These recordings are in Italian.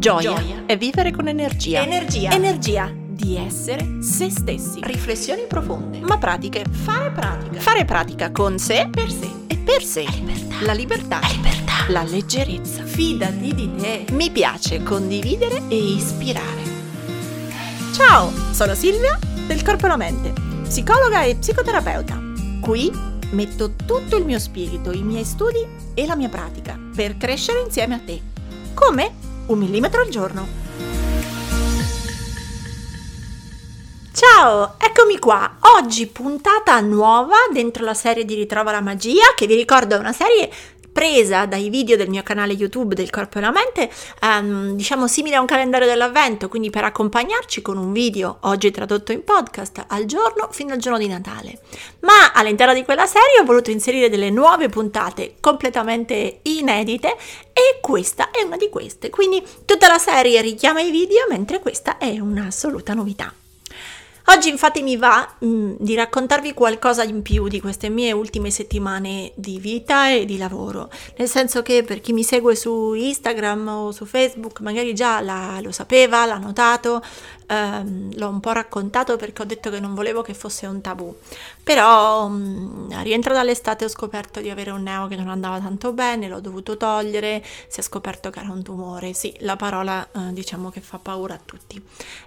Gioia è vivere con energia. Energia di essere se stessi. Riflessioni profonde. Ma pratiche. Fare pratica con sé Per sé. e per sé. La libertà. La leggerezza. Fidati di te. Mi piace condividere e ispirare. Ciao, sono Silvia del Corpo e la Mente, psicologa e psicoterapeuta. Qui metto tutto il mio spirito, i miei studi e la mia pratica per crescere insieme a te. Come? 1 millimetro al giorno. Ciao, eccomi qua. Oggi puntata nuova dentro la serie di Ritrova la magia, che vi ricordo è una serie presa dai video del mio canale YouTube del Corpo e la Mente, diciamo simile a un calendario dell'avvento, quindi per accompagnarci con un video, oggi tradotto in podcast, al giorno fino al giorno di Natale. Ma all'interno di quella serie ho voluto inserire delle nuove puntate completamente inedite e questa è una di queste, quindi tutta la serie richiama i video, mentre questa è un'assoluta novità. Oggi infatti mi va di raccontarvi qualcosa in più di queste mie ultime settimane di vita e di lavoro, nel senso che per chi mi segue su Instagram o su Facebook magari già lo sapeva, l'ha notato, l'ho un po' raccontato perché ho detto che non volevo che fosse un tabù, però a rientro dall'estate ho scoperto di avere un neo che non andava tanto bene, l'ho dovuto togliere, si è scoperto che era un tumore, sì, la parola diciamo che fa paura a tutti.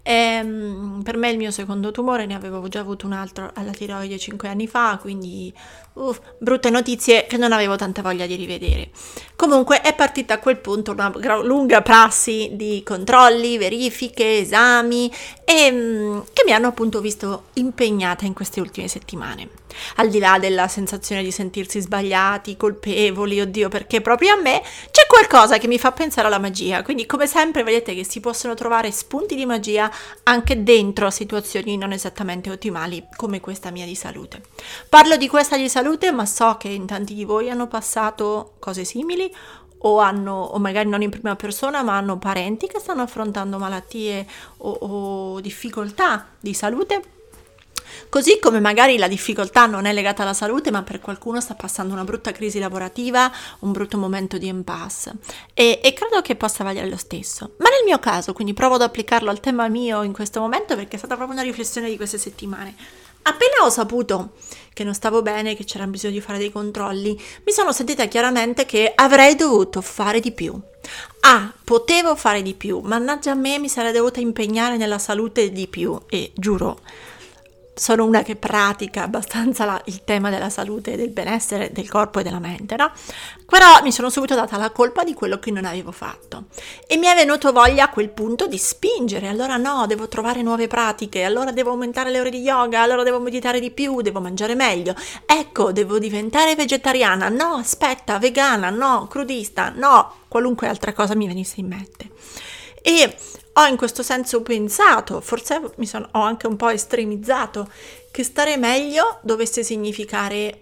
Per me è il mio secondo tumore, ne avevo già avuto un altro alla tiroide 5 anni fa, quindi brutte notizie che non avevo tanta voglia di rivedere. Comunque è partita a quel punto una lunga prassi di controlli, verifiche, esami e che mi hanno appunto visto impegnata in queste ultime settimane. Al di là della sensazione di sentirsi sbagliati, colpevoli, oddio perché proprio a me, c'è qualcosa che mi fa pensare alla magia, quindi come sempre vedete che si possono trovare spunti di magia anche dentro situazioni non esattamente ottimali come questa mia di salute. Parlo di questa di salute, ma so che in tanti di voi hanno passato cose simili o magari non in prima persona, ma hanno parenti che stanno affrontando malattie o difficoltà di salute. Così come magari la difficoltà non è legata alla salute, ma per qualcuno sta passando una brutta crisi lavorativa, un brutto momento di impasse e credo che possa valere lo stesso. Ma nel mio caso, quindi provo ad applicarlo al tema mio in questo momento perché è stata proprio una riflessione di queste settimane. Appena ho saputo che non stavo bene, che c'era bisogno di fare dei controlli, mi sono sentita chiaramente che avrei dovuto fare di più. Potevo fare di più, mannaggia a me, mi sarei dovuta impegnare nella salute di più e giuro, sono una che pratica abbastanza il tema della salute, del benessere, del corpo e della mente, no? Però mi sono subito data la colpa di quello che non avevo fatto e mi è venuto voglia a quel punto di spingere, allora no, devo trovare nuove pratiche, allora devo aumentare le ore di yoga, allora devo meditare di più, devo mangiare meglio, ecco, devo diventare vegetariana, no, aspetta, vegana, no, crudista, no, qualunque altra cosa mi venisse in mente. E ho in questo senso pensato, forse ho anche un po' estremizzato, che stare meglio dovesse significare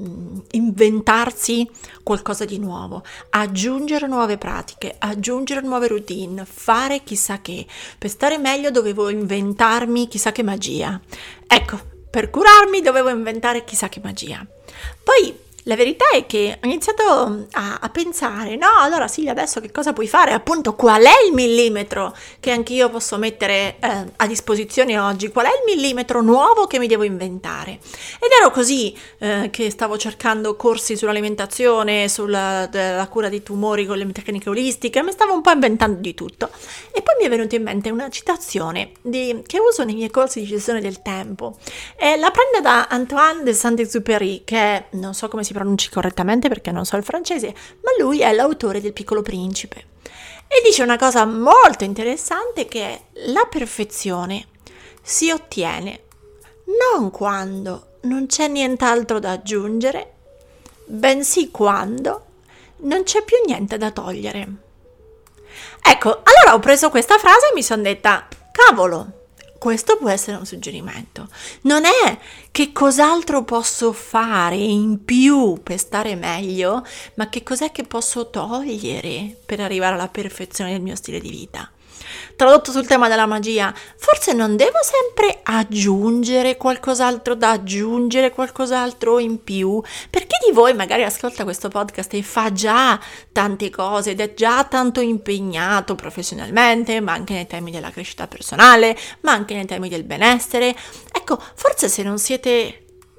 inventarsi qualcosa di nuovo, aggiungere nuove pratiche, aggiungere nuove routine, fare chissà che. Per stare meglio dovevo inventarmi chissà che magia. Ecco, per curarmi dovevo inventare chissà che magia. Poi la verità è che ho iniziato a pensare, no, allora Silvia, adesso che cosa puoi fare? Appunto, qual è il millimetro che anch'io posso mettere a disposizione oggi? Qual è il millimetro nuovo che mi devo inventare? Ed ero così che stavo cercando corsi sull'alimentazione, sulla cura di tumori con le tecniche olistiche, mi stavo un po' inventando di tutto. E poi mi è venuta in mente una citazione che uso nei miei corsi di gestione del tempo. La prendo da Antoine de Saint-Exupéry, che è, non so come si pronunci correttamente perché non so il francese, ma lui è l'autore del Piccolo Principe e dice una cosa molto interessante, che è: la perfezione si ottiene non quando non c'è nient'altro da aggiungere, bensì quando non c'è più niente da togliere. Ecco, allora ho preso questa frase e mi sono detta, cavolo, questo può essere un suggerimento. Non è che cos'altro posso fare in più per stare meglio, ma che cos'è che posso togliere per arrivare alla perfezione del mio stile di vita. Tradotto sul tema della magia, forse non devo sempre aggiungere qualcos'altro da aggiungere, qualcos'altro in più, per chi di voi magari ascolta questo podcast e fa già tante cose ed è già tanto impegnato professionalmente, ma anche nei temi della crescita personale, ma anche nei temi del benessere. Ecco, forse se non siete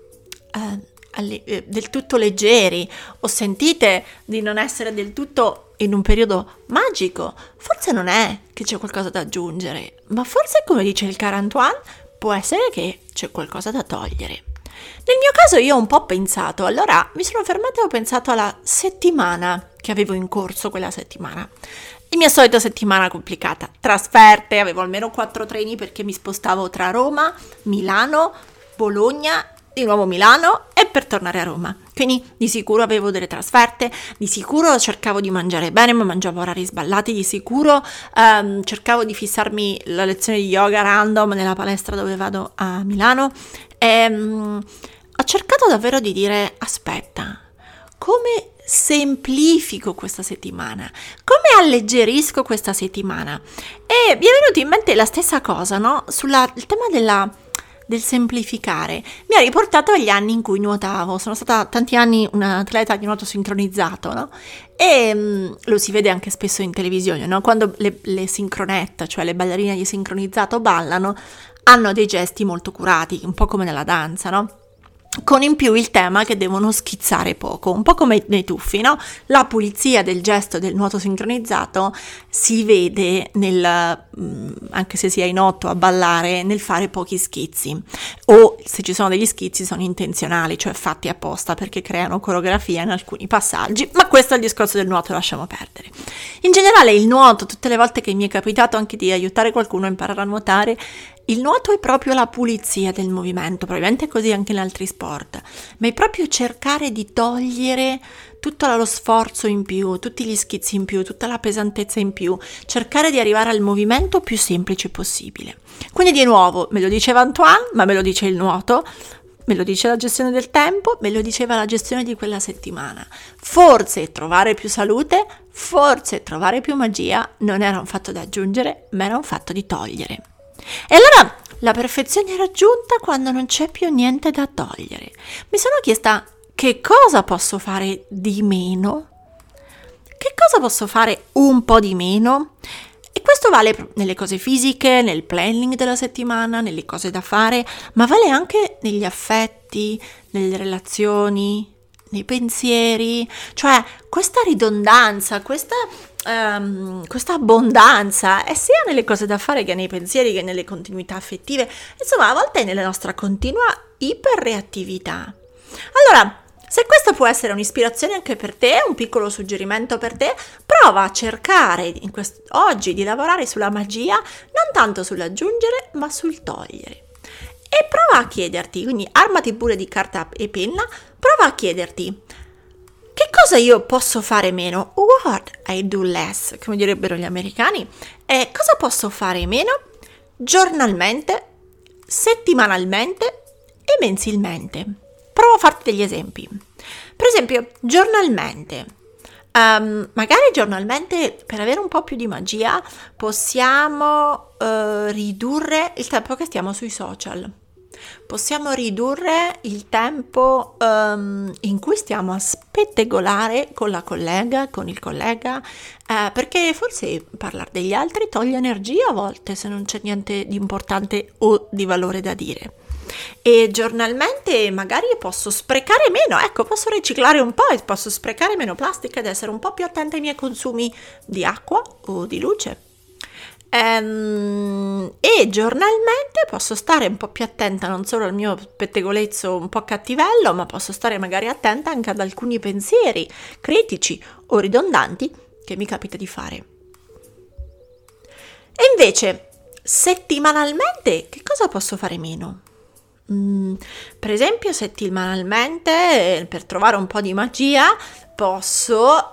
del tutto leggeri o sentite di non essere del tutto in un periodo magico, forse non è che c'è qualcosa da aggiungere, ma forse, come dice il caro Antoine, può essere che c'è qualcosa da togliere. Nel mio caso io ho un po' pensato, allora mi sono fermata e ho pensato alla settimana che avevo in corso quella settimana. La mia solita settimana complicata, trasferte, avevo almeno 4 treni perché mi spostavo tra Roma, Milano, Bologna, di nuovo Milano e per tornare a Roma. Quindi di sicuro avevo delle trasferte, di sicuro cercavo di mangiare bene, ma mangiavo orari sballati, di sicuro cercavo di fissarmi la lezione di yoga random nella palestra dove vado a Milano e ho cercato davvero di dire aspetta, come semplifico questa settimana, come alleggerisco questa settimana? E mi è venuta in mente la stessa cosa, no? Il tema del semplificare. Mi ha riportato agli anni in cui nuotavo. Sono stata tanti anni un'atleta di nuoto sincronizzato, no? E lo si vede anche spesso in televisione, no? Quando le sincronette, cioè le ballerine di sincronizzato ballano, hanno dei gesti molto curati, un po' come nella danza, no? Con in più il tema che devono schizzare poco, un po' come nei tuffi, no? La pulizia del gesto del nuoto sincronizzato si vede anche se si è in 8 a ballare, nel fare pochi schizzi, o se ci sono degli schizzi sono intenzionali, cioè fatti apposta perché creano coreografia in alcuni passaggi, ma questo è il discorso del nuoto, lasciamo perdere. In generale il nuoto, tutte le volte che mi è capitato anche di aiutare qualcuno a imparare a nuotare, il nuoto è proprio la pulizia del movimento, probabilmente è così anche in altri sport, ma è proprio cercare di togliere tutto lo sforzo in più, tutti gli schizzi in più, tutta la pesantezza in più, cercare di arrivare al movimento più semplice possibile. Quindi di nuovo, me lo diceva Antoine, ma me lo dice il nuoto, me lo dice la gestione del tempo, me lo diceva la gestione di quella settimana. Forse trovare più salute, forse trovare più magia non era un fatto da aggiungere, ma era un fatto di togliere. E allora la perfezione è raggiunta quando non c'è più niente da togliere. Mi sono chiesta che cosa posso fare di meno? Che cosa posso fare un po' di meno? E questo vale nelle cose fisiche, nel planning della settimana, nelle cose da fare, ma vale anche negli affetti, nelle relazioni, nei pensieri. Cioè questa ridondanza, questa abbondanza è sia nelle cose da fare che nei pensieri che nelle continuità affettive, insomma a volte è nella nostra continua iperreattività. Allora, se questa può essere un'ispirazione anche per te, un piccolo suggerimento per te, prova a cercare oggi di lavorare sulla magia, non tanto sull'aggiungere ma sul togliere. E prova a chiederti, quindi armati pure di carta e penna, prova a chiederti che cosa io posso fare meno? What I do less, come direbbero gli americani. E cosa posso fare meno? Giornalmente, settimanalmente e mensilmente. Provo a farti degli esempi. Per esempio, giornalmente. Magari giornalmente, per avere un po' più di magia, possiamo ridurre il tempo che stiamo sui social. Possiamo ridurre il tempo in cui stiamo a spettegolare con la collega, con il collega, perché forse parlare degli altri toglie energia a volte se non c'è niente di importante o di valore da dire. E giornalmente magari posso sprecare meno, posso riciclare un po' e posso sprecare meno plastica ed essere un po' più attenta ai miei consumi di acqua o di luce. E giornalmente posso stare un po' più attenta non solo al mio pettegolezzo un po' cattivello, ma posso stare magari attenta anche ad alcuni pensieri critici o ridondanti che mi capita di fare. E invece settimanalmente che cosa posso fare meno? Per esempio settimanalmente, per trovare un po' di magia, posso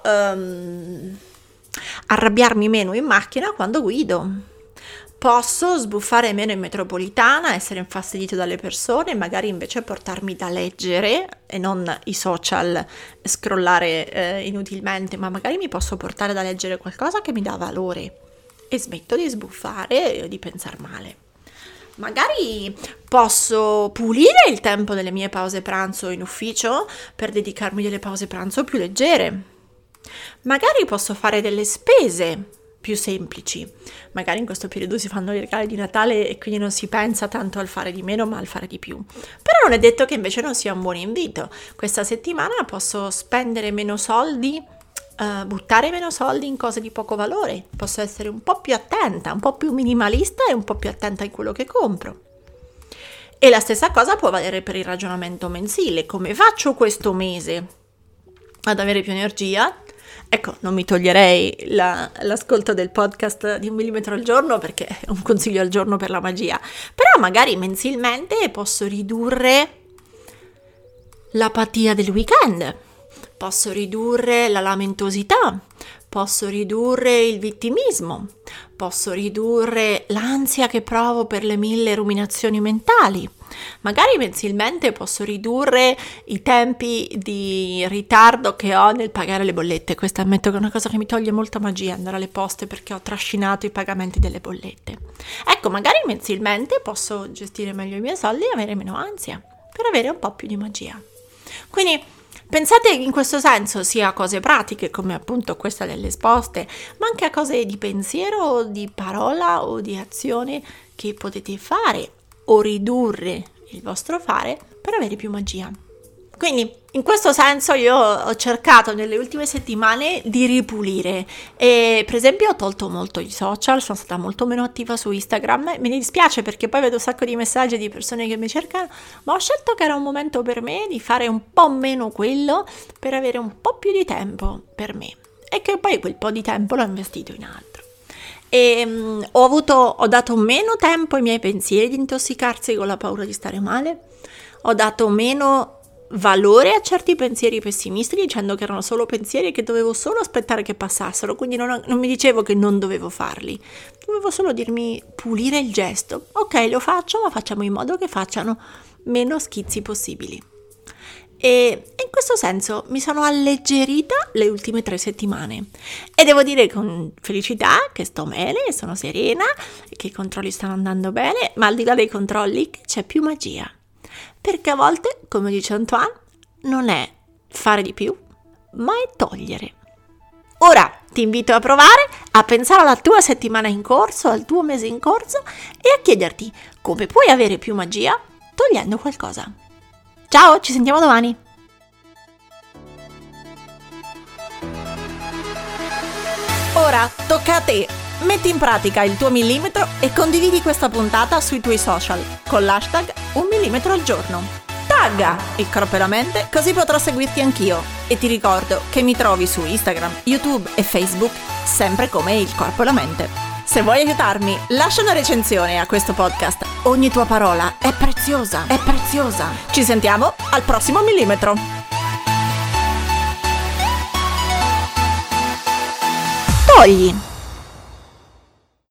arrabbiarmi meno in macchina quando guido, posso sbuffare meno in metropolitana, essere infastidito dalle persone, magari invece portarmi da leggere e non i social, scrollare inutilmente, ma magari mi posso portare da leggere qualcosa che mi dà valore e smetto di sbuffare e di pensare male. Magari posso pulire il tempo delle mie pause pranzo in ufficio per dedicarmi delle pause pranzo più leggere. Magari posso fare delle spese più semplici. Magari in questo periodo si fanno i regali di Natale e quindi non si pensa tanto al fare di meno ma al fare di più. Però non è detto che invece non sia un buon invito. Questa settimana posso spendere meno soldi, buttare meno soldi in cose di poco valore. Posso essere un po' più attenta, un po' più minimalista e un po' più attenta in quello che compro. E la stessa cosa può valere per il ragionamento mensile. Come faccio questo mese ad avere più energia? Ecco, non mi toglierei l'ascolto del podcast di 1 millimetro al giorno perché è un consiglio al giorno per la magia, però magari mensilmente posso ridurre l'apatia del weekend, posso ridurre la lamentosità, posso ridurre il vittimismo, posso ridurre l'ansia che provo per le 1000 ruminazioni mentali. Magari mensilmente posso ridurre i tempi di ritardo che ho nel pagare le bollette. Questa ammetto che è una cosa che mi toglie molta magia, andare alle poste perché ho trascinato i pagamenti delle bollette. Ecco, magari mensilmente posso gestire meglio i miei soldi e avere meno ansia, per avere un po' più di magia. Quindi pensate in questo senso sia a cose pratiche come appunto questa delle sposte, ma anche a cose di pensiero o di parola o di azione che potete fare o ridurre il vostro fare per avere più magia. Quindi in questo senso io ho cercato nelle ultime settimane di ripulire e per esempio ho tolto molto i social, sono stata molto meno attiva su Instagram. Me ne dispiace perché poi vedo un sacco di messaggi di persone che mi cercano, ma ho scelto che era un momento per me di fare un po' meno quello per avere un po' più di tempo per me e che poi quel po' di tempo l'ho investito in altro. E ho dato meno tempo ai miei pensieri di intossicarsi con la paura di stare male, ho dato meno valore a certi pensieri pessimisti dicendo che erano solo pensieri e che dovevo solo aspettare che passassero, quindi non mi dicevo che non dovevo farli, dovevo solo dirmi pulire il gesto, ok lo faccio ma facciamo in modo che facciano meno schizzi possibili. E in questo senso mi sono alleggerita le ultime 3 settimane e devo dire con felicità che sto bene, sono serena, che i controlli stanno andando bene, ma al di là dei controlli c'è più magia. Perché a volte, come dice Antoine, non è fare di più, ma è togliere. Ora ti invito a provare a pensare alla tua settimana in corso, al tuo mese in corso e a chiederti come puoi avere più magia togliendo qualcosa. Ciao, ci sentiamo domani! Ora tocca a te! Metti in pratica il tuo millimetro e condividi questa puntata sui tuoi social con l'hashtag 1 millimetro al giorno. Tagga il corpo e la mente così potrò seguirti anch'io. E ti ricordo che mi trovi su Instagram, YouTube e Facebook sempre come il corpo e la mente. Se vuoi aiutarmi, lascia una recensione a questo podcast. Ogni tua parola è preziosa, è preziosa. Ci sentiamo al prossimo millimetro. Togli!